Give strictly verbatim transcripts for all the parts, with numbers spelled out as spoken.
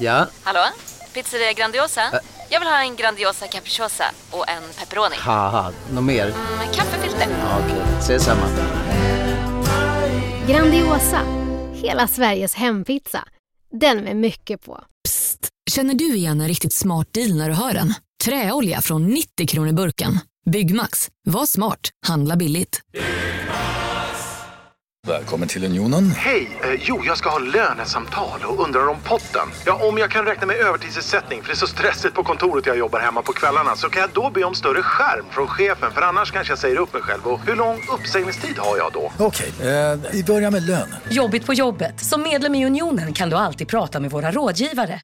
Ja? Hallå? Pizzeria Grandiosa? Ä- Jag vill ha en Grandiosa capriciosa och en pepperoni. Haha, något mer? Mm, kaffefilter. Ja, okej, okay. Ses samma. Grandiosa, hela Sveriges hempizza. Den med mycket på. Psst, känner du igen en riktigt smart deal när du hör den? Träolja från nittio kronor burken. Byggmax, var smart, handla billigt. Välkommen till Unionen. Hej, eh, jo jag ska ha lönesamtal och undrar om potten. Ja, om jag kan räkna med övertidsersättning för det är så stressigt på kontoret jag jobbar hemma på kvällarna, så kan jag då be om större skärm från chefen, för annars kanske jag säger upp mig själv. Och hur lång uppsägningstid har jag då? Okej, eh, vi börjar med lön. Jobbigt på jobbet. Som medlem i Unionen kan du alltid prata med våra rådgivare.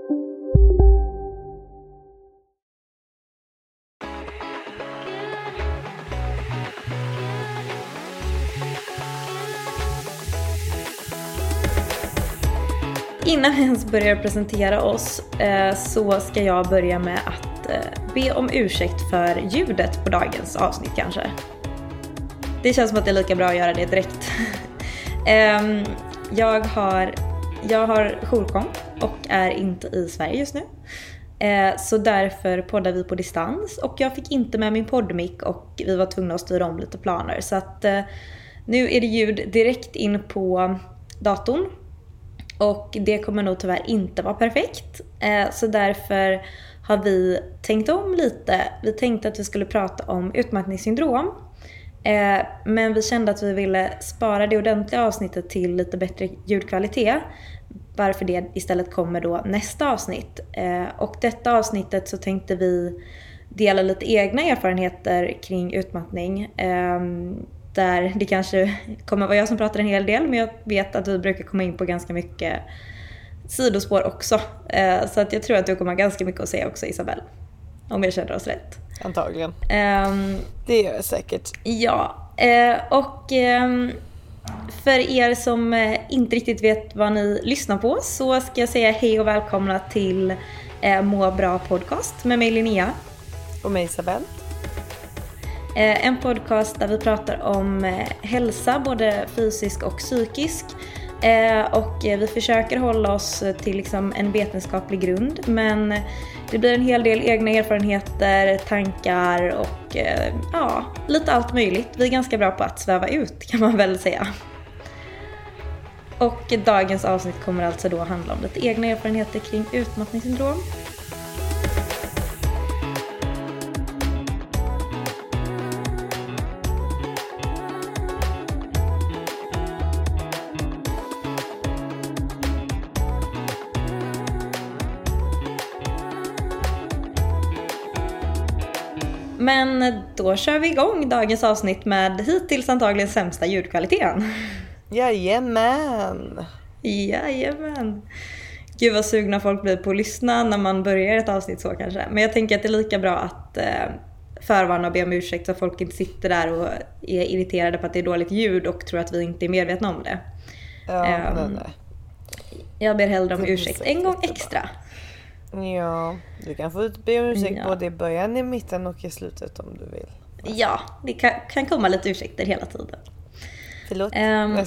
Innan vi ens börjar presentera oss eh, så ska jag börja med att eh, be om ursäkt för ljudet på dagens avsnitt kanske. Det känns som att det är lika bra att göra det direkt. eh, jag har, jag har jourkom och är inte i Sverige just nu. Eh, så därför poddar vi på distans och jag fick inte med min poddmick och vi var tvungna att styra om lite planer. Så att eh, nu är det ljud direkt in på datorn. Och det kommer nog tyvärr inte vara perfekt. Eh, så därför har vi tänkt om lite. Vi tänkte att vi skulle prata om utmattningssyndrom. Eh, men vi kände att vi ville spara det ordentliga avsnittet till lite bättre ljudkvalitet. Varför det istället kommer då nästa avsnitt. Eh, och detta avsnittet så tänkte vi dela lite egna erfarenheter kring utmattning. Eh, Där det kanske kommer vara jag som pratar en hel del, men jag vet att vi brukar komma in på ganska mycket sidospår också. Så att jag tror att du kommer ha ganska mycket att säga också, Isabel. Om jag känner oss rätt. Antagligen. Um, det gör jag säkert. Ja, och um, för er som inte riktigt vet vad ni lyssnar på så ska jag säga hej och välkomna till uh, Må bra podcast med mig Linnea. Och mig Isabel. En podcast där vi pratar om hälsa, både fysisk och psykisk. Och vi försöker hålla oss till liksom en vetenskaplig grund. Men det blir en hel del egna erfarenheter, tankar och ja, lite allt möjligt. Vi är ganska bra på att sväva ut, kan man väl säga. Och dagens avsnitt kommer alltså då handla om lite egna erfarenheter kring utmattningssyndrom. Men då kör vi igång dagens avsnitt med hittills antagligen sämsta ljudkvaliteten. Jajamän. Jajamän. Gud vad sugna folk blir på att lyssna när man börjar ett avsnitt så kanske. Men jag tänker att det är lika bra att eh, förvarna och be om ursäkt så att folk inte sitter där och är irriterade på att det är dåligt ljud och tror att vi inte är medvetna om det. Ja, um, nej, nej. Jag ber hellre om ursäkt en gång extra. Ja, du kan få be om ursäkt ja. både i början, i mitten och i slutet om du vill. Ja, det kan, kan komma lite ursäkter hela tiden. Förlåt. Um,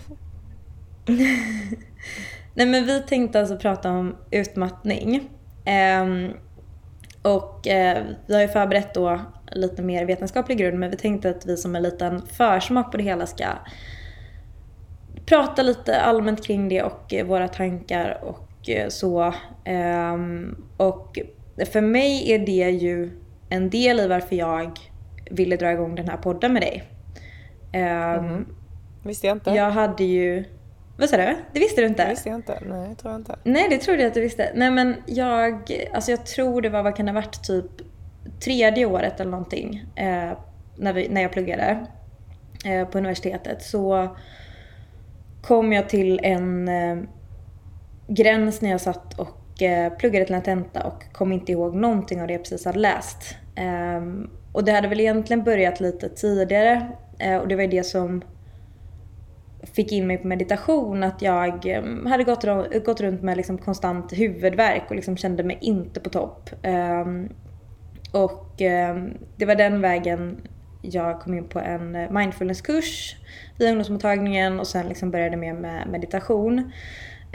Nej, men vi tänkte alltså prata om utmattning. Um, och uh, vi har ju förberett då lite mer vetenskaplig grund, men vi tänkte att vi som en liten försmak på det hela ska prata lite allmänt kring det och uh, våra tankar och så. Um, och för mig är det ju en del i varför jag ville dra igång den här podden med dig. Um, mm. Visste jag inte. Jag hade ju... Vad sa du? Det visste du inte? Det visste jag inte. Nej, tror jag inte. Nej, det trodde jag att du visste. Nej, men jag... Alltså jag tror det var, vad kan det ha varit, typ tredje året eller någonting. Eh, när, vi, när jag pluggade eh, på universitetet. Så kom jag till en... Eh, gräns när jag satt och eh, pluggade till en tenta och kom inte ihåg någonting av det jag precis hade läst. Um, och det hade väl egentligen börjat lite tidigare uh, och det var det som fick in mig på meditation, att jag um, hade gått, gått runt med liksom konstant huvudvärk och liksom kände mig inte på topp. Um, och um, det var den vägen jag kom in på en mindfulnesskurs vid ungdomsmottagningen och sen liksom började med, med meditation.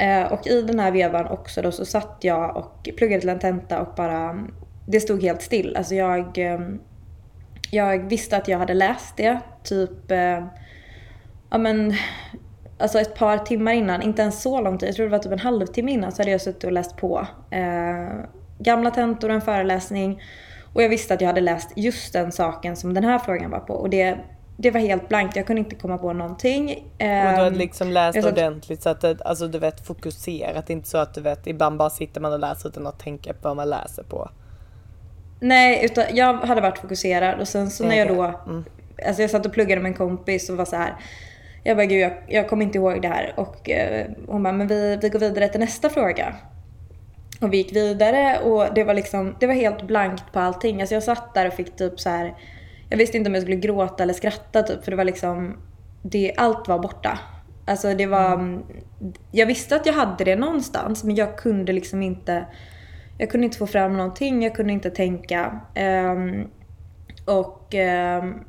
Eh, och i den här vevan också då så satt jag och pluggade till en tenta och bara, det stod helt still. Alltså jag, eh, jag visste att jag hade läst det typ, eh, ja men, alltså ett par timmar innan, inte ens så lång tid, jag tror det var typ en halvtimme innan så hade jag suttit och läst på. Eh, gamla tentor, en föreläsning. Och jag visste att jag hade läst just den saken som den här frågan var på. Och det, det var helt blankt. Jag kunde inte komma på någonting. Och du hade liksom läst jag ordentligt så att det, alltså, du vet, fokuserat. Inte så att du vet, ibland bara sitter man och läser utan att tänka på vad man läser på. Nej, utan jag hade varit fokuserad. Och sen så när jag då... Mm. Alltså jag satt och pluggade med en kompis och var så här... Jag bara, gud, jag, jag kommer inte ihåg det här. Och eh, hon bara, men vi, vi går vidare till nästa fråga. Och vi gick vidare och det var liksom, det var helt blankt på allting. Alltså jag satt där och fick typ så här, jag visste inte om jag skulle gråta eller skratta typ, för det var liksom, det, allt var borta. Alltså det var, mm. jag visste att jag hade det någonstans, men jag kunde liksom inte, jag kunde inte få fram någonting, jag kunde inte tänka. Um, och um,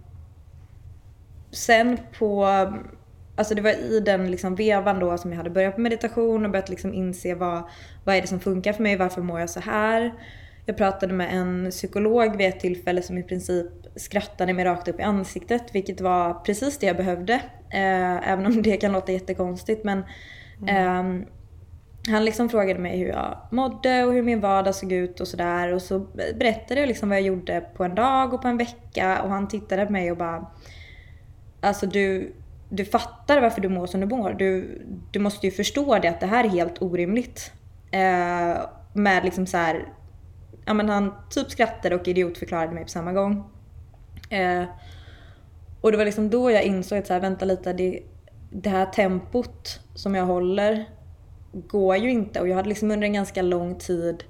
sen på, alltså det var i den liksom vevan då som jag hade börjat med meditation och börjat liksom inse vad, vad är det som funkar för mig, varför mår jag så här. Jag pratade med en psykolog vid ett tillfälle som i princip skrattade mig rakt upp i ansiktet, vilket var precis det jag behövde. Eh, även om det kan låta jättekonstigt, men mm. eh, han liksom frågade mig hur jag mådde och hur min vardag såg ut och sådär. Och så berättade jag liksom vad jag gjorde på en dag och på en vecka, och han tittade på mig och bara, alltså du... Du fattar varför du mår som du mår. Du, du måste ju förstå det, att det här är helt orimligt. Eh, med liksom så här, ja men han typ skrattade och idiotförklarade mig på samma gång. Eh, och det var liksom då jag insåg att så här, vänta lite, det, det här tempot som jag håller går ju inte. Och jag hade liksom under en ganska lång tid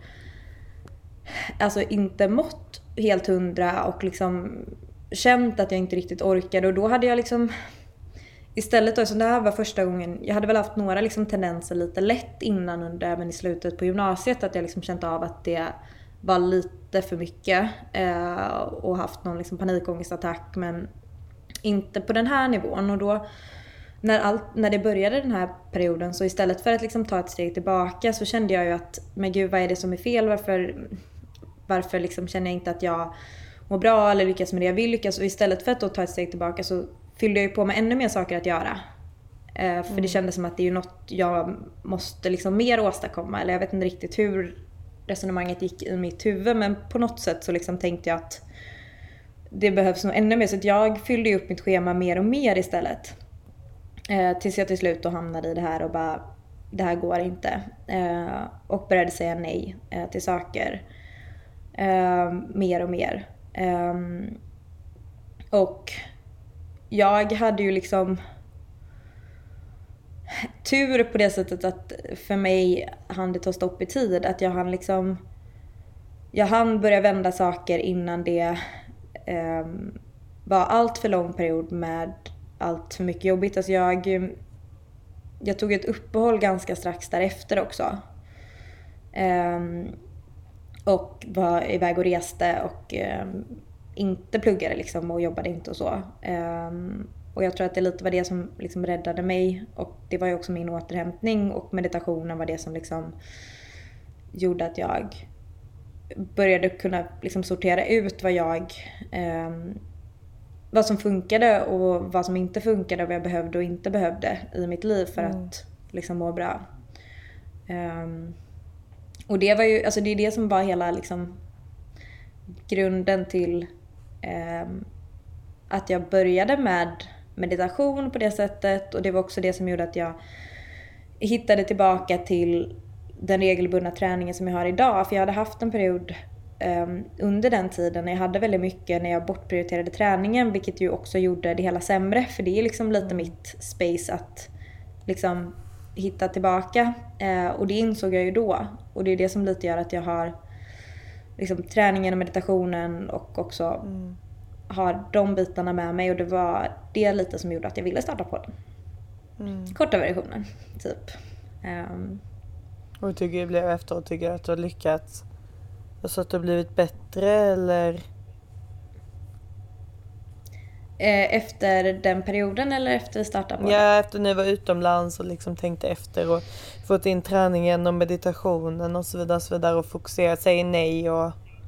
alltså inte mått helt hundra och liksom känt att jag inte riktigt orkade. Och då hade jag liksom... Istället då, så det här var första gången, jag hade väl haft några liksom tendenser lite lätt innan under, men i slutet på gymnasiet att jag liksom känt av att det var lite för mycket eh, och haft någon liksom panikångestattack, men inte på den här nivån. Och då när, allt, när det började den här perioden, så istället för att liksom ta ett steg tillbaka så kände jag ju att, men gud, vad är det som är fel, varför, varför liksom känner jag inte att jag mår bra eller lyckas med det jag vill lyckas. Och istället för att då ta ett steg tillbaka så fyllde jag ju på med ännu mer saker att göra. Eh, för mm. det kändes som att det är ju något jag måste liksom mer åstadkomma. Eller jag vet inte riktigt hur resonemanget gick i mitt huvud. Men på något sätt så liksom tänkte jag att det behövs nog ännu mer. Så att jag fyllde ju upp mitt schema mer och mer istället. Eh, tills jag till slut då hamnade i det här och bara, det här går inte. Eh, och började säga nej eh, till saker. Eh, mer och mer. Eh, och... Jag hade ju liksom tur på det sättet att för mig hann det ta stopp i tid. Att jag hann liksom, jag hann börja vända saker innan det eh, var allt för lång period med allt för mycket jobbigt. Alltså jag, jag tog ett uppehåll ganska strax därefter också. Eh, och var iväg och reste och... Eh, inte pluggade liksom och jobbade inte och så. Um, och jag tror att det lite var det som liksom räddade mig. Och det var ju också min återhämtning. Och meditationen var det som liksom gjorde att jag började kunna liksom sortera ut vad jag... Um, vad som funkade och vad som inte funkade. Och vad jag behövde och inte behövde i mitt liv för mm. att liksom må bra. Um, och det var ju... Alltså det är det som var hela liksom... grunden till eh, att jag började med meditation på det sättet. Och det var också det som gjorde att jag hittade tillbaka till den regelbundna träningen som jag har idag. För jag hade haft en period eh, under den tiden när jag hade väldigt mycket, när jag bortprioriterade träningen, vilket ju också gjorde det hela sämre. För det är liksom lite mitt space att liksom hitta tillbaka. Eh, och det insåg jag ju då. Och det är det som lite gör att jag har liksom träningen och meditationen och också mm. har de bitarna med mig. Och det var det lite som gjorde att jag ville starta på den. Mm. Korta versionen, typ. Um. Och hur tycker du blev efteråt? Tycker du att du har lyckats? Alltså att du har blivit bättre eller? Eh, efter den perioden eller efter starta på det? Ja, efter ni var utomlands och liksom tänkte efter och fått in träningen och meditationen och så vidare, och så vidare och fokusera, säga nej och...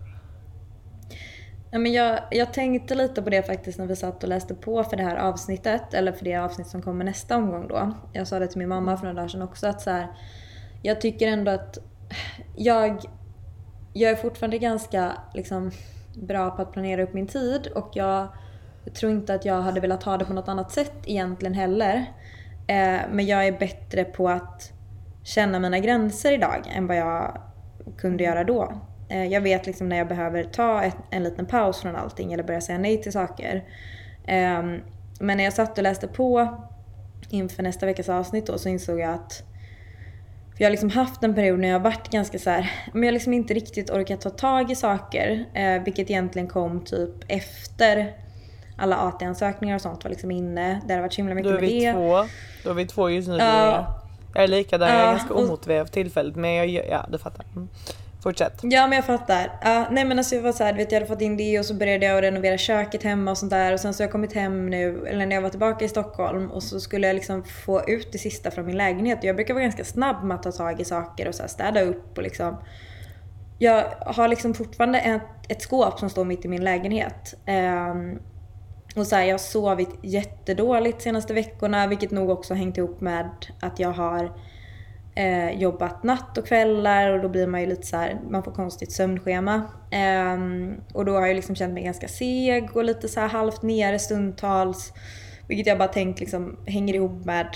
Ja, men jag, jag tänkte lite på det faktiskt när vi satt och läste på för det här avsnittet, eller för det avsnitt som kommer nästa omgång då. Jag sa det till min mamma för några dagar sedan också, att så här, jag tycker ändå att jag, jag är fortfarande ganska liksom bra på att planera upp min tid, och jag tror inte att jag hade velat ha det på något annat sätt egentligen heller. Eh, men jag är bättre på att känna mina gränser idag än vad jag kunde göra då. Eh, jag vet liksom när jag behöver ta ett, en liten paus från allting eller börja säga nej till saker. Eh, men när jag satt och läste på inför nästa veckas avsnitt då, så insåg jag att för jag har liksom haft en period när jag har varit ganska så här, men jag har liksom inte riktigt orkat ta tag i saker, eh, vilket egentligen kom typ efter alla A T-ansökningar och sånt var liksom inne. Där har varit så himla mycket med det. Då är vi två. Då är vi två just nu. Uh, jag är lika där. Uh, jag är ganska och, omotiverad tillfället. Men jag, ja, du fattar. Mm. Fortsätt. Ja, men jag fattar. Uh, nej, men alltså jag var så här, vet, jag hade fått in det och så började jag renovera köket hemma och sånt där. Och sen så har jag kommit hem nu, eller när jag var tillbaka i Stockholm. Och så skulle jag liksom få ut det sista från min lägenhet. Och jag brukar vara ganska snabb med att ta tag i saker och så här städa upp och liksom. Jag har liksom fortfarande ett, ett skåp som står mitt i min lägenhet. Um, Och så här, jag har sovit jättedåligt senaste veckorna, vilket nog också hängt ihop med att jag har eh, jobbat natt och kvällar, och då blir man ju lite så här, man får konstigt sömnschema. Eh, och då har jag liksom känt mig ganska seg och lite så här halvt nere stundtals, vilket jag bara tänkt liksom hänger ihop med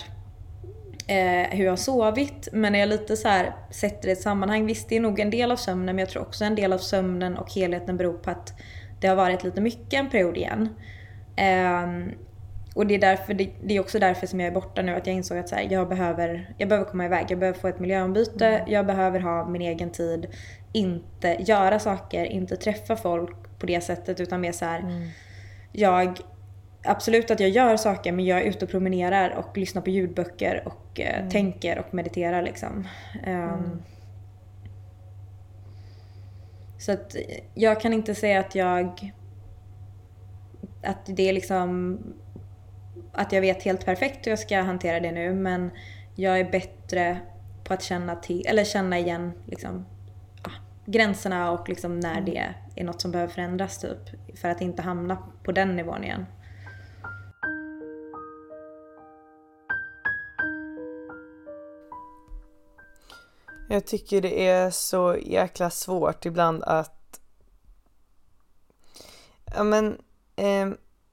eh, hur jag har sovit. Men när jag lite så här sätter det i ett sammanhang, visst det är nog en del av sömnen, men jag tror också en del av sömnen och helheten beror på att det har varit lite mycket en period igen. Um, och det är, därför, det, det är också därför som jag är borta nu, att jag insåg att så här, jag, behöver, jag behöver komma iväg, jag behöver få ett miljöombyte, mm. jag behöver ha min egen tid, inte göra saker, inte träffa folk på det sättet, utan mer så här, mm. jag, absolut att jag gör saker, men jag är ute och promenerar och lyssnar på ljudböcker och uh, mm. tänker och mediterar liksom. Um, mm. Så att jag kan inte säga att jag att det är liksom att jag vet helt perfekt hur jag ska hantera det nu, men jag är bättre på att känna till eller känna igen liksom ja, gränserna och liksom när det är något som behöver förändras typ, för att inte hamna på den nivån igen. Jag tycker det är så jäkla svårt ibland att ja men eh,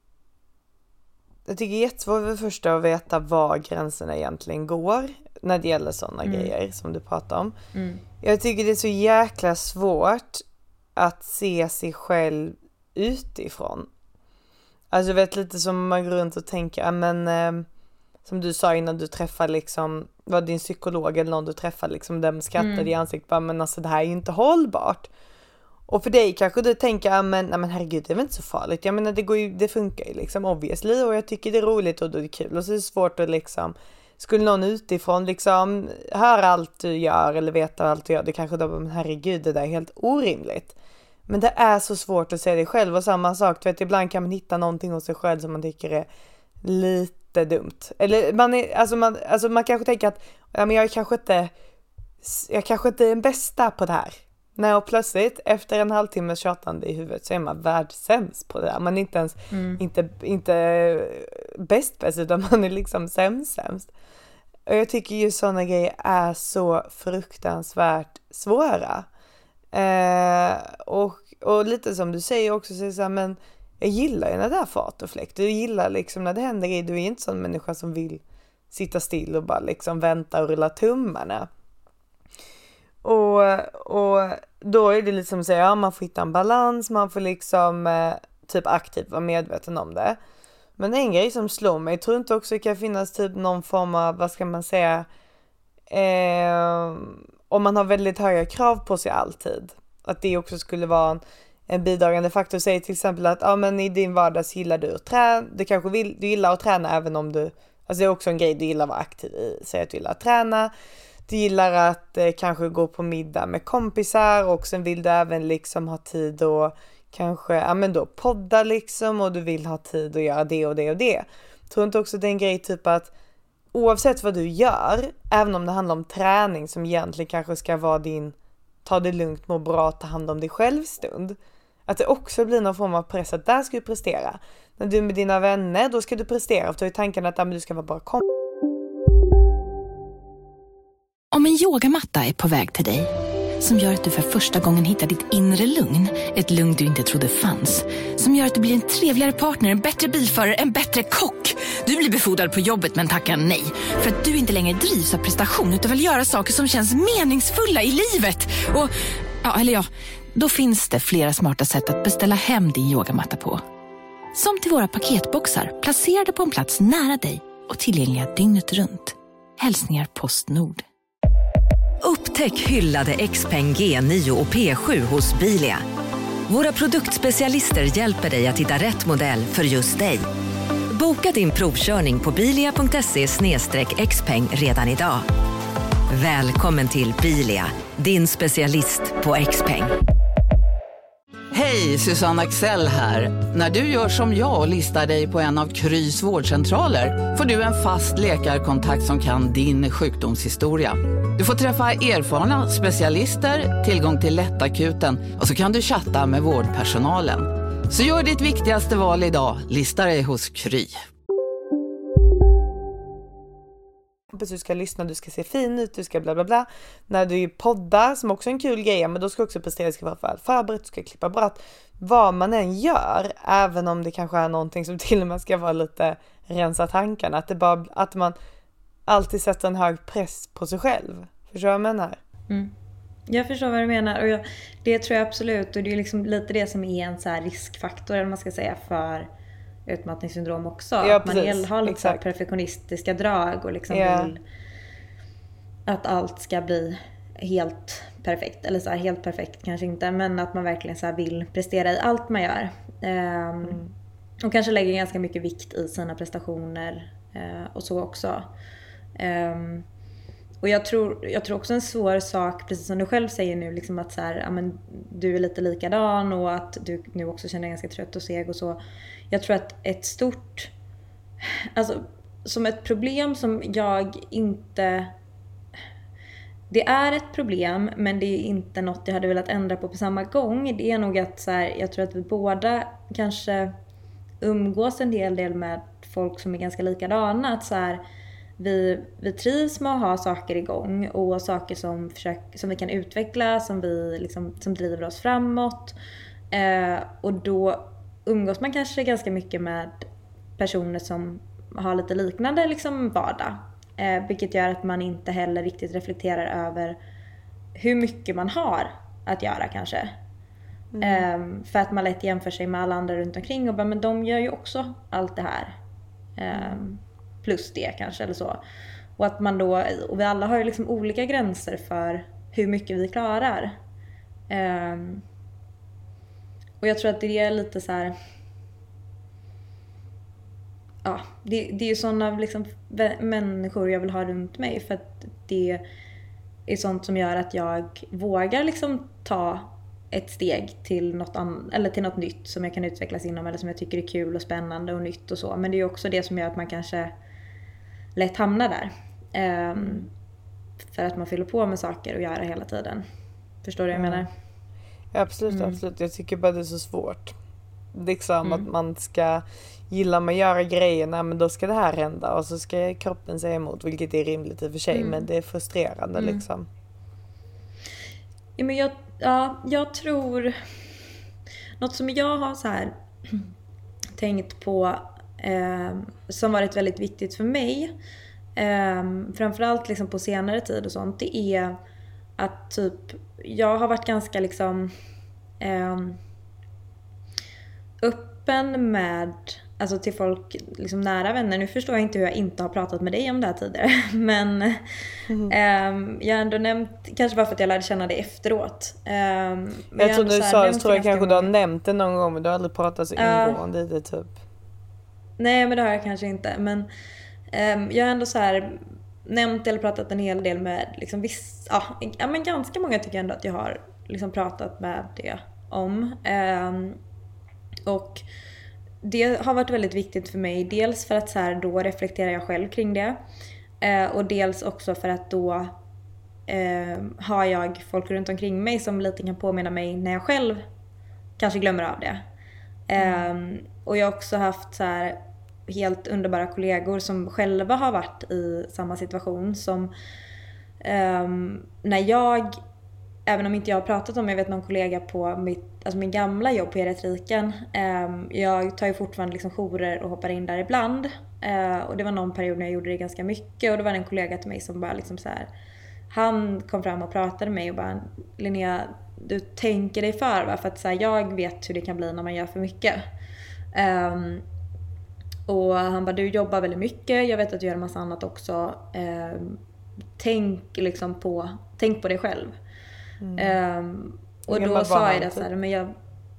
jag tycker det är jättesvårt för det första att veta var gränserna egentligen går när det gäller sådana mm. grejer som du pratar om. Mm. Jag tycker det är så jäkla svårt att se sig själv utifrån. Alltså jag vet lite som man går runt och tänker, ja men eh, som du sa innan du träffade liksom, var din psykolog eller någon du träffade liksom, den skrattade mm. i ansiktet, bara, men alltså det här är ju inte hållbart. Och för dig kanske du tänker, ja men, nej, men herregud det är väl inte så farligt. Jag menar det, går ju, det funkar ju liksom obviously, och jag tycker det är roligt och det är kul. Och så är det svårt att liksom, skulle någon utifrån liksom höra allt du gör eller veta allt du gör, det kanske då, men herregud det där är helt orimligt. Men det är så svårt att se det själv, och samma sak, för att ibland kan man hitta någonting hos sig själv som man tycker är lite dumt. Eller man är, alltså man, alltså man kanske tänker att ja, men jag är kanske inte jag kanske inte är den bästa på det här. Nej, och plötsligt efter en halvtimme tjatande i huvudet så är man världssämst på det där. Man är inte ens mm. inte, inte bäst bäst, utan man är liksom sämst sämst. Och jag tycker ju sådana grejer är så fruktansvärt svåra. Eh, och, och lite som du säger också, så är det så här, men jag gillar ju när det är fart och fläkt. Du gillar liksom när det händer grejer. Du är inte sån människa som vill sitta still och bara liksom vänta och rulla tummarna. Och, och då är det liksom så, ja, man får hitta en balans, man får liksom eh, typ aktivt vara medveten om det. Men en grej som slår mig, jag tror inte också det kan finnas typ någon form av, vad ska man säga, eh, om man har väldigt höga krav på sig alltid, att det också skulle vara en, en bidragande faktor. Säg till exempel att ja, men i din vardag gillar du att träna, du kanske vill, du gillar att träna även om du, alltså det är också en grej du gillar att vara aktiv i, säg att du gillar att träna. Du gillar att eh, kanske gå på middag med kompisar, och sen vill du även liksom ha tid och kanske, ja men då podda liksom, och du vill ha tid att göra det och det och det. Tror inte också det är en grej typ att oavsett vad du gör, även om det handlar om träning som egentligen kanske ska vara din ta det lugnt, må bra, ta hand om dig själv stund, att det också blir någon form av press att där ska du prestera. När du är med dina vänner, då ska du prestera, för då är tanken att ja, men du ska vara bara kom. Om en yogamatta är på väg till dig, som gör att du för första gången hittar ditt inre lugn, ett lugn du inte trodde fanns, som gör att du blir en trevligare partner, en bättre bilförare, en bättre kock. Du blir befordrad på jobbet men tackar nej, för att du inte längre drivs av prestation utan vill göra saker som känns meningsfulla i livet. Och, ja, eller ja, då finns det flera smarta sätt att beställa hem din yogamatta på. Som till våra paketboxar, placerade på en plats nära dig och tillgängliga dygnet runt. Hälsningar Postnord. Upptäck hyllade Xpeng G nio och P sju hos Bilia. Våra produktspecialister hjälper dig att hitta rätt modell för just dig. Boka din provkörning på bilia punkt se slash xpeng redan idag. Välkommen till Bilia, din specialist på Xpeng. Hej, Susanne Axel här. När du gör som jag och listar dig på en av Krys vårdcentraler får du en fast läkarkontakt som kan din sjukdomshistoria. Du får träffa erfarna specialister, tillgång till lättakuten och så kan du chatta med vårdpersonalen. Så gör ditt viktigaste val idag, lista dig hos Kry. Du ska lyssna, du ska se fin ut, du ska bla bla bla. När du poddar, som också är en kul grej, men då ska också prestera, ska vara för förberett, du ska klippa bra. Vad man än gör, även om det kanske är någonting som till och med ska vara lite rensa tankarna, att det bara, att man alltid sätter en hög press på sig själv. Förstår du vad jag menar? Mm. Jag förstår vad du menar, och jag, det tror jag absolut, och det är liksom lite det som är en så här riskfaktor, eller man ska säga, för utmattningssyndrom också. Ja, att man har lite så här perfektionistiska drag och liksom ja. vill att allt ska bli helt perfekt, eller så här, helt perfekt kanske inte, men att man verkligen så här vill prestera i allt man gör. Um, mm. Och kanske lägger ganska mycket vikt i sina prestationer uh, och så också. Um, och jag tror, jag tror också en svår sak, precis som du själv säger nu, liksom att så här, ja, men du är lite likadan och att du nu också känner dig ganska trött och seg och så. Jag tror att ett stort, alltså som ett problem som jag inte, det är ett problem, men det är inte något jag hade velat ändra på på samma gång. Det är nog att så här, jag tror att vi båda kanske umgås en hel del med folk som är ganska likadana, att så här, vi, vi trivs med att ha saker igång och saker som, försök, som vi kan utveckla, som, vi, liksom, som driver oss framåt. Eh, och då umgås man kanske ganska mycket med personer som har lite liknande liksom vardag. Eh, vilket gör att man inte heller riktigt reflekterar över hur mycket man har att göra kanske. Mm. Eh, för att man lätt jämför sig med alla andra runt omkring och bara, men de gör ju också allt det här. Eh, mm. Plus det kanske eller så. Och att man då, och vi alla har ju liksom olika gränser för hur mycket vi klarar. Eh, och jag tror att det är lite så här, ja, det, det är ju sådana liksom människor jag vill ha runt mig, för att det är sånt som gör att jag vågar liksom ta ett steg till något an- eller till något nytt som jag kan utvecklas inom, eller som jag tycker är kul och spännande och nytt och så. Men det är också det som gör att man kanske lätt hamnar där. Um, mm. För att man fyller på med saker och göra hela tiden. Förstår du vad jag mm. menar? Ja, absolut, mm. absolut. Jag tycker bara det är så svårt. Liksom mm. att man ska gilla med att göra grejerna, men då ska det här hända och så ska kroppen säga emot, vilket är rimligt i och för sig, mm. men det är frustrerande mm. liksom. Ja, men jag, ja, jag tror något som jag har så här tänkt på eh, som varit väldigt viktigt för mig, eh, framförallt liksom på senare tid och sånt, det är att typ jag har varit ganska liksom eh, öppen med, alltså till folk liksom nära vänner. Nu förstår jag inte hur jag inte har pratat med dig om det här tidigare, men mm. eh, jag har ändå nämnt, kanske bara för att jag lärde känna det efteråt. Eh, men jag, jag tror du sa, tror jag kanske gånger. Du har nämnt det någon gång, men du har aldrig pratat så ingående uh, i det typ. Nej, men det har jag kanske inte, men eh, jag har ändå så här nämnt eller pratat en hel del med liksom viss, ja, ja men ganska många tycker jag ändå att jag har liksom pratat med det om. Eh, Och det har varit väldigt viktigt för mig. Dels för att så här, då reflekterar jag själv kring det. Eh, och dels också för att då eh, har jag folk runt omkring mig som lite kan påminna mig när jag själv kanske glömmer av det. Mm. Eh, och jag har också haft så här helt underbara kollegor som själva har varit i samma situation som um, när jag, även om inte jag har pratat om, jag vet någon kollega på mitt, alltså min gamla jobb på geriatriken, um, jag tar ju fortfarande liksom jourer och hoppar in där ibland, uh, och det var någon period när jag gjorde det ganska mycket, och det var en kollega till mig som bara liksom så här, han kom fram och pratade med mig och bara, Linnea, du tänker dig för, va? För att så här, jag vet hur det kan bli när man gör för mycket. um, Och han bara, du jobbar väldigt mycket. Jag vet att du gör en massa annat också. Eh, tänk liksom på, tänk på dig själv. Mm. Eh, och då sa jag det så här, men jag...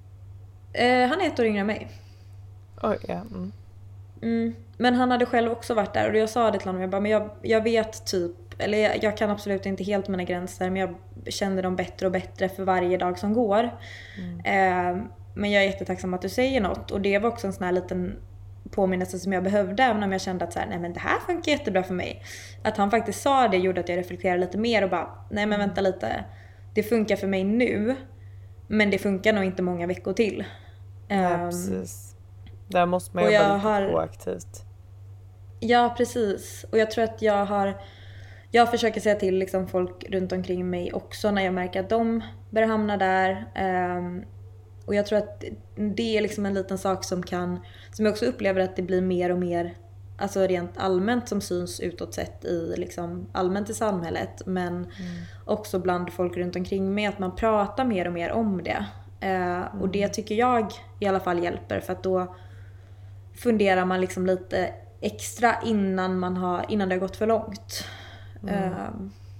Eh, han är ett år yngre än mig. Oj, ja. Mm. Mm. Men han hade själv också varit där. Och jag sa det till honom, jag bara, men jag, jag vet typ... Eller jag, jag kan absolut inte helt mina gränser. Men jag känner dem bättre och bättre för varje dag som går. Mm. Eh, men jag är jättetacksam att du säger något. Och det var också en sån här liten... påminnelse som jag behövde, även om jag kände att så här, nej men det här funkar jättebra för mig. Att han faktiskt sa det gjorde att jag reflekterade lite mer och bara, nej men vänta lite, det funkar för mig nu, men det funkar nog inte många veckor till. Ja, um, precis. Där måste man jobba lite har, proaktivt. Ja, precis. Och jag tror att jag har jag försöker säga till liksom folk runt omkring mig också när jag märker att de börjar hamna där. Um, Och jag tror att det är liksom en liten sak som kan, som jag också upplever att det blir mer och mer, alltså rent allmänt som syns utåt sett i liksom allmänt i samhället, men mm. också bland folk runt omkring mig, att man pratar mer och mer om det. Eh, mm. Och det tycker jag i alla fall hjälper, för att då funderar man liksom lite extra innan man har, innan det har gått för långt. Mm. Eh,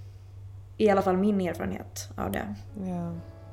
I alla fall min erfarenhet av det. Ja.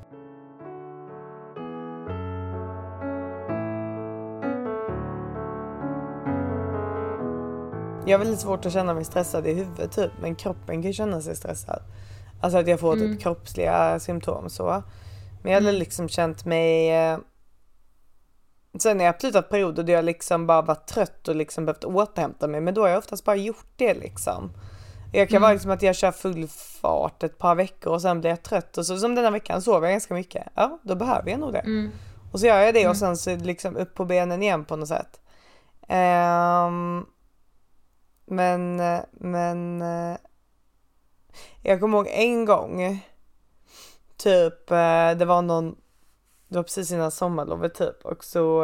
Jag har väldigt svårt att känna mig stressad i huvudet typ, men kroppen kan känna sig stressad. Alltså att jag får mm. typ kroppsliga symptom så. Men jag har mm. liksom känt mig... Sen har jag absolut haft perioder då jag liksom bara varit trött och liksom behövt återhämta mig. Men då har jag oftast bara gjort det liksom. Jag kan mm. vara liksom att jag kör full fart ett par veckor och sen blir jag trött. Och så som denna veckan sover jag ganska mycket. Ja, då behöver jag nog det. Mm. Och så gör jag det mm. och sen så liksom upp på benen igen på något sätt. Um, men, men... Jag kommer ihåg en gång typ, det var någon, det var precis innan sommarlovet typ, och så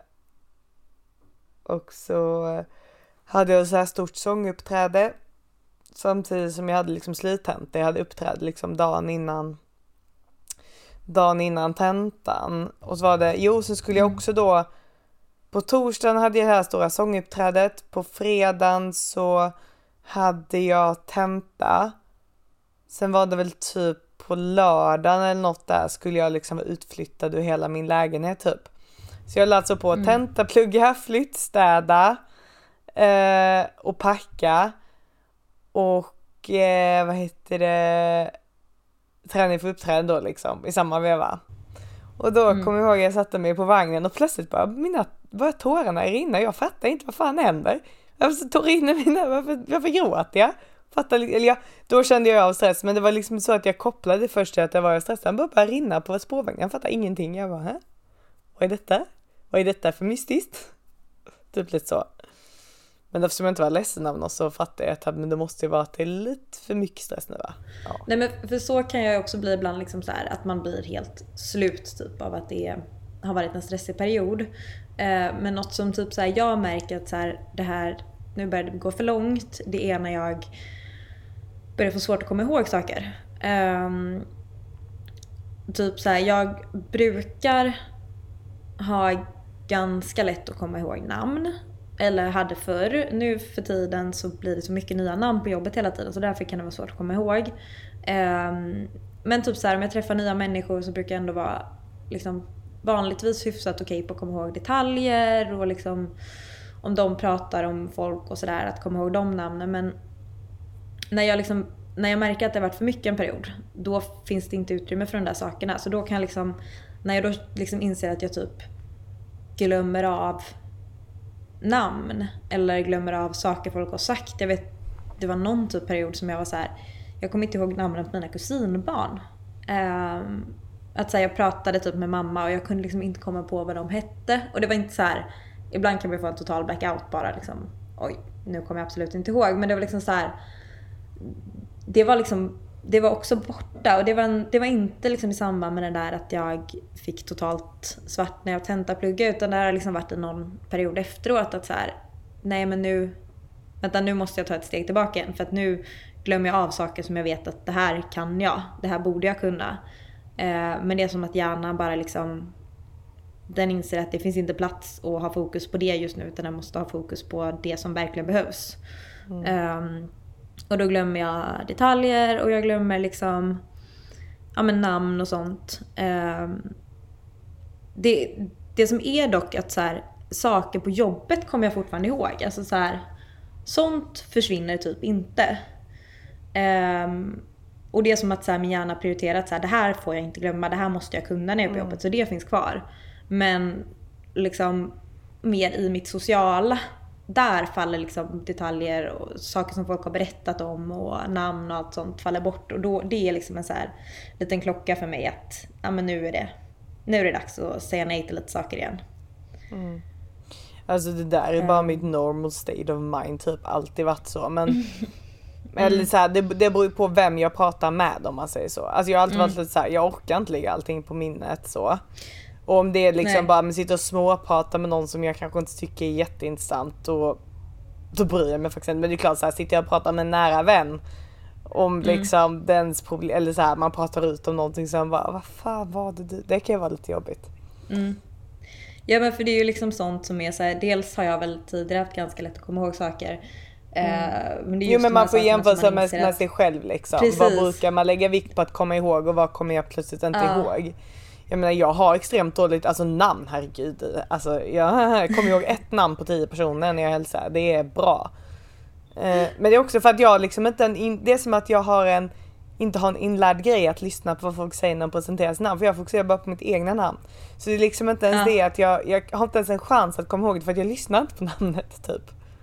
och så hade jag så här stort sånguppträde samtidigt som jag hade liksom slithänt. Jag hade uppträd liksom dagen innan dagen innan tentan, och så var det, jo så skulle jag också då på torsdagen hade jag det här stora sånguppträdet, på fredagen så hade jag tenta. Sen var det väl typ på lördagen eller något där skulle jag liksom vara utflyttad ur hela min lägenhet typ. Så jag lade alltså på att mm. tenta, plugga, flyttstäda eh, och packa. Och eh, vad heter det, träning för uppträden då liksom i samma veva. Och då mm. kommer jag ihåg att jag satte mig på vagnen och plötsligt bara mina, bara tårarna rinner. Jag fattar inte vad fan händer. Varför tog rinner mina, varför, varför gråter jag? Fattar, eller jag, då kände jag av stress, men det var liksom så att jag kopplade först till att jag var stressad. Jag bara, bara rinna på spårvagnen, jag fattar ingenting. Jag bara, hä? Vad är detta? Vad är detta för mystiskt? Typ lite så. Men eftersom jag inte var ledsen av något så fattade jag att men det måste ju vara till lite för mycket stress nu va? Ja. Nej men för så kan jag också bli ibland liksom så här, att man blir helt slut typ av att det har varit en stressig period. Eh, men något som typ så här, jag märker att så här, det här, nu börjar det gå för långt. Det är när jag börjar få svårt att komma ihåg saker. Um, typ så här, jag brukar ha ganska lätt att komma ihåg namn. Eller hade förr. Nu för tiden så blir det så mycket nya namn på jobbet hela tiden. Så därför kan det vara svårt att komma ihåg. Um, men typ så här, om jag träffar nya människor så brukar jag ändå vara liksom, vanligtvis hyfsat okej på att komma ihåg detaljer. Och liksom, om de pratar om folk och sådär, att komma ihåg de namnen. Men när jag, liksom, när jag märker att det har varit för mycket en period, då finns det inte utrymme för de där sakerna. Så då kan jag liksom, när jag då liksom inser att jag typ glömmer av namn eller glömmer av saker folk har sagt. Jag vet, det var någon typ period som jag var så här, jag kommer inte ihåg namnen på mina kusinbarn. Um, att så här, jag pratade typ med mamma och jag kunde liksom inte komma på vad de hette. Och det var inte så här, ibland kan man få en total blackout bara liksom, oj, nu kommer jag absolut inte ihåg. Men det var liksom så här, det var liksom, det var också borta. Och det var, en, det var inte liksom i samband med den där att jag fick totalt svart när jag tentaplugga. Utan det har liksom varit en någon period efteråt att så här, nej men nu, vänta nu måste jag ta ett steg tillbaka igen. För att nu glömmer jag av saker som jag vet att det här kan jag. Det här borde jag kunna. Eh, men det är som att hjärnan bara liksom, den inser att det finns inte plats att ha fokus på det just nu. Utan den måste ha fokus på det som verkligen behövs. Mm. Um, och då glömmer jag detaljer och jag glömmer liksom, ja men namn och sånt. Um, det, det som är dock att så här, saker på jobbet kommer jag fortfarande ihåg. Alltså så här, sånt försvinner typ inte. Um, och det är som att så här, min hjärna prioriterat så här, det här får jag inte glömma, det här måste jag kunna när jag är på jobbet. Mm. Så det finns kvar. Men liksom mer i mitt sociala, där faller liksom detaljer och saker som folk har berättat om och namn och allt sånt faller bort. Och då, det är liksom en så här liten klocka för mig att ja, men nu är det nu är det dags att säga nej till lite saker igen. Mm. Alltså det där är bara mitt normal state of mind, typ alltid varit så. Men mm. eller så här, det, det beror på vem jag pratar med, om man säger så. Alltså jag har alltid mm. varit lite så här, jag orkar inte lägga allting på minnet så. Och om det är liksom Nej. bara man sitter och småpratar med någon som jag kanske inte tycker är jätteintressant, och då bryr jag mig faktiskt inte. Men det är klart så här, sitter jag och pratar med en nära vän om mm. liksom dens problem, eller så här, man pratar ut om någonting som bara, vad fan var det du? Det kan ju vara lite jobbigt. Mm. Ja, men för det är ju liksom sånt som är så här, dels har jag väl tidigare haft ganska lätt att komma ihåg saker. Mm. Men det är jo, men man får jämföra med, med sig själv liksom. Precis. Vad brukar man lägga vikt på att komma ihåg och vad kommer jag plötsligt inte ja. ihåg? Jag menar, jag har extremt dåligt, alltså namn, herregud. Alltså, jag kommer ihåg ett namn på tio personer när jag hälsar. Det är bra. Eh, men det är också för att jag liksom inte, en in, det är som att jag har en, inte har en inlärd grej att lyssna på vad folk säger när de presenterar sina namn. För jag fokuserar bara på mitt egna namn. Så det är liksom inte ens ja. det att jag, jag har inte ens en chans att komma ihåg det för att jag lyssnar inte på namnet, typ.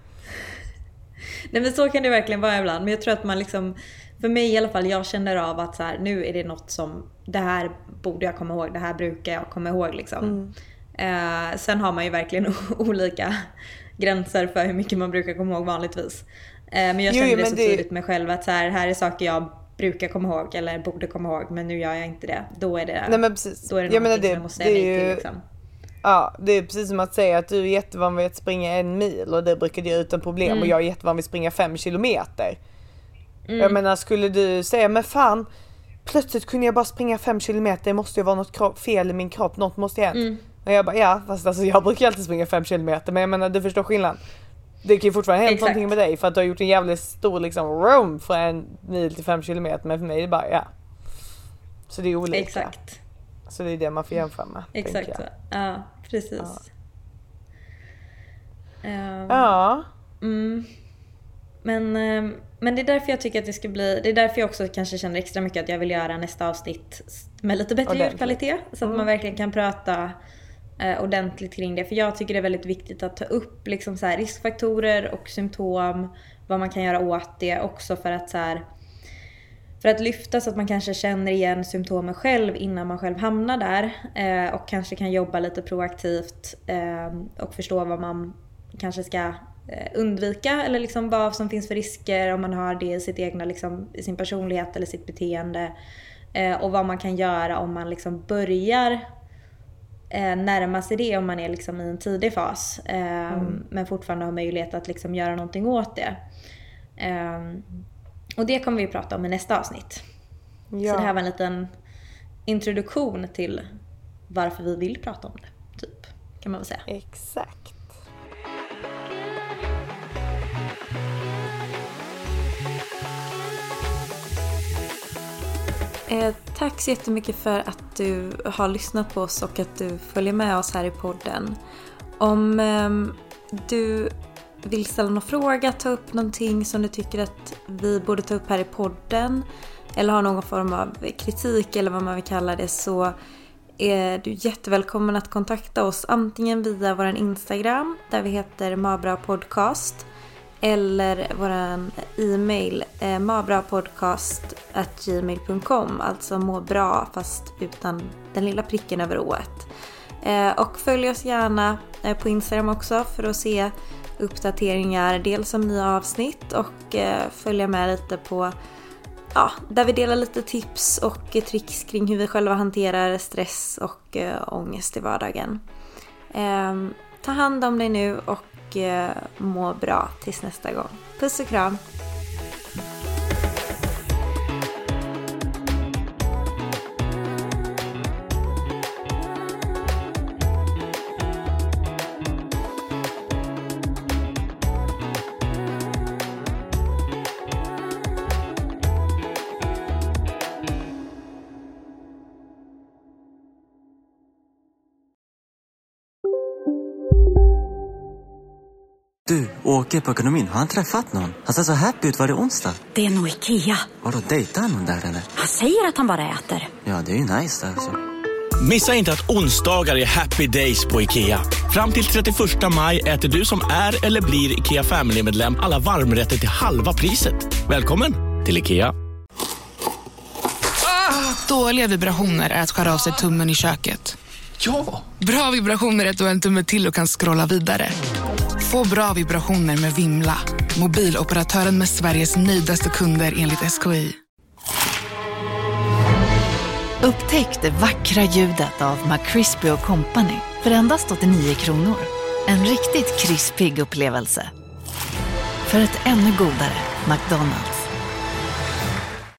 Nej, men så kan det verkligen vara ibland. Men jag tror att man liksom, för mig i alla fall, jag känner av att så här, nu är det något som, det här borde jag komma ihåg, det här brukar jag komma ihåg liksom. Mm. Eh, sen har man ju verkligen olika gränser för hur mycket man brukar komma ihåg vanligtvis. Eh, men jag känner jo, det så det... tydligt med själv att så här, här är saker jag brukar komma ihåg eller borde komma ihåg, men nu gör jag inte det. Då är det, Nej, men precis. Då är det någonting som jag måste säga nej till liksom. Ja, det är precis som att säga att du är jättevan vid att springa en mil och det brukar göra utan problem mm. och jag är jättevan vid att springa fem kilometer. Mm. Jag menar, skulle du säga, men fan, plötsligt kunde jag bara springa fem kilometer, det måste ju vara något kropp, fel i min kropp, något måste ju hänt. Mm. Och jag bara, ja, fast alltså jag brukar alltid springa fem kilometer, men jag menar, du förstår skillnaden. Det kan ju fortfarande hända någonting med dig för att du har gjort en jävligt stor liksom roam från en mil till fem kilometer, men för mig är det bara, ja. Så det är olika. Exakt. Så det är det man får jämföra med. Exakt så. Ja, precis. Ja. Um, ja. Mm. Men, um, men det är därför jag tycker att det ska bli, det är därför jag också kanske känner extra mycket att jag vill göra nästa avsnitt med lite bättre ljudkvalitet. Så att mm. man verkligen kan prata uh, ordentligt kring det. För jag tycker det är väldigt viktigt att ta upp liksom, så här, riskfaktorer och symptom. Vad man kan göra åt det också för att så här, För att lyfta så att man kanske känner igen symptomen själv innan man själv hamnar där. Eh, och kanske kan jobba lite proaktivt eh, och förstå vad man kanske ska eh, undvika. Eller liksom vad som finns för risker om man har det i, sitt egna, liksom, i sin personlighet eller sitt beteende. Eh, och vad man kan göra om man liksom börjar eh, närma sig det om man är liksom i en tidig fas. Eh, mm. Men fortfarande har möjlighet att liksom göra någonting åt det. Eh, Och det kommer vi prata om i nästa avsnitt. Ja. Så det här var en liten introduktion till varför vi vill prata om det, typ, kan man väl säga. Exakt. Eh, tack så jättemycket för att du har lyssnat på oss och att du följer med oss här i podden. Om eh, du vill ställa någon fråga, ta upp någonting som du tycker att vi borde ta upp här i podden eller har någon form av kritik eller vad man vill kalla det, så är du jättevälkommen att kontakta oss antingen via vår Instagram där vi heter Mabra Podcast eller vår e-mail eh, mabrapodcast at gmail punkt com, alltså må bra fast utan den lilla pricken över ået. Eh, och följ oss gärna eh, på Instagram också för att se uppdateringar dels om nya avsnitt och eh, följa med lite på ja, där vi delar lite tips och eh, tricks kring hur vi själva hanterar stress och eh, ångest i vardagen. Eh, ta hand om dig nu och eh, må bra tills nästa gång. Puss och kram! Du, Åke på ekonomin, har han träffat någon? Han ser så happy ut, var det onsdag? Det är nog Ikea. Vadå, dejtar han någon där eller? Han säger att han bara äter. Ja, det är ju nice alltså. Missa inte att onsdagar är happy days på Ikea. Fram till trettioförsta maj äter du som är eller blir Ikea Family-medlem alla varmrätter till halva priset. Välkommen till Ikea. Ah, dåliga vibrationer är att skära av sig tummen i köket. Ja! Bra vibrationer är att du har en tumme till och kan scrolla vidare. Få bra vibrationer med Vimla. Mobiloperatören med Sveriges nöjdaste kunder enligt S K I. Upptäck det vackra ljudet av McCrispy och Company för endast åttionio kronor. En riktigt krispig upplevelse. För ett ännu godare McDonald's.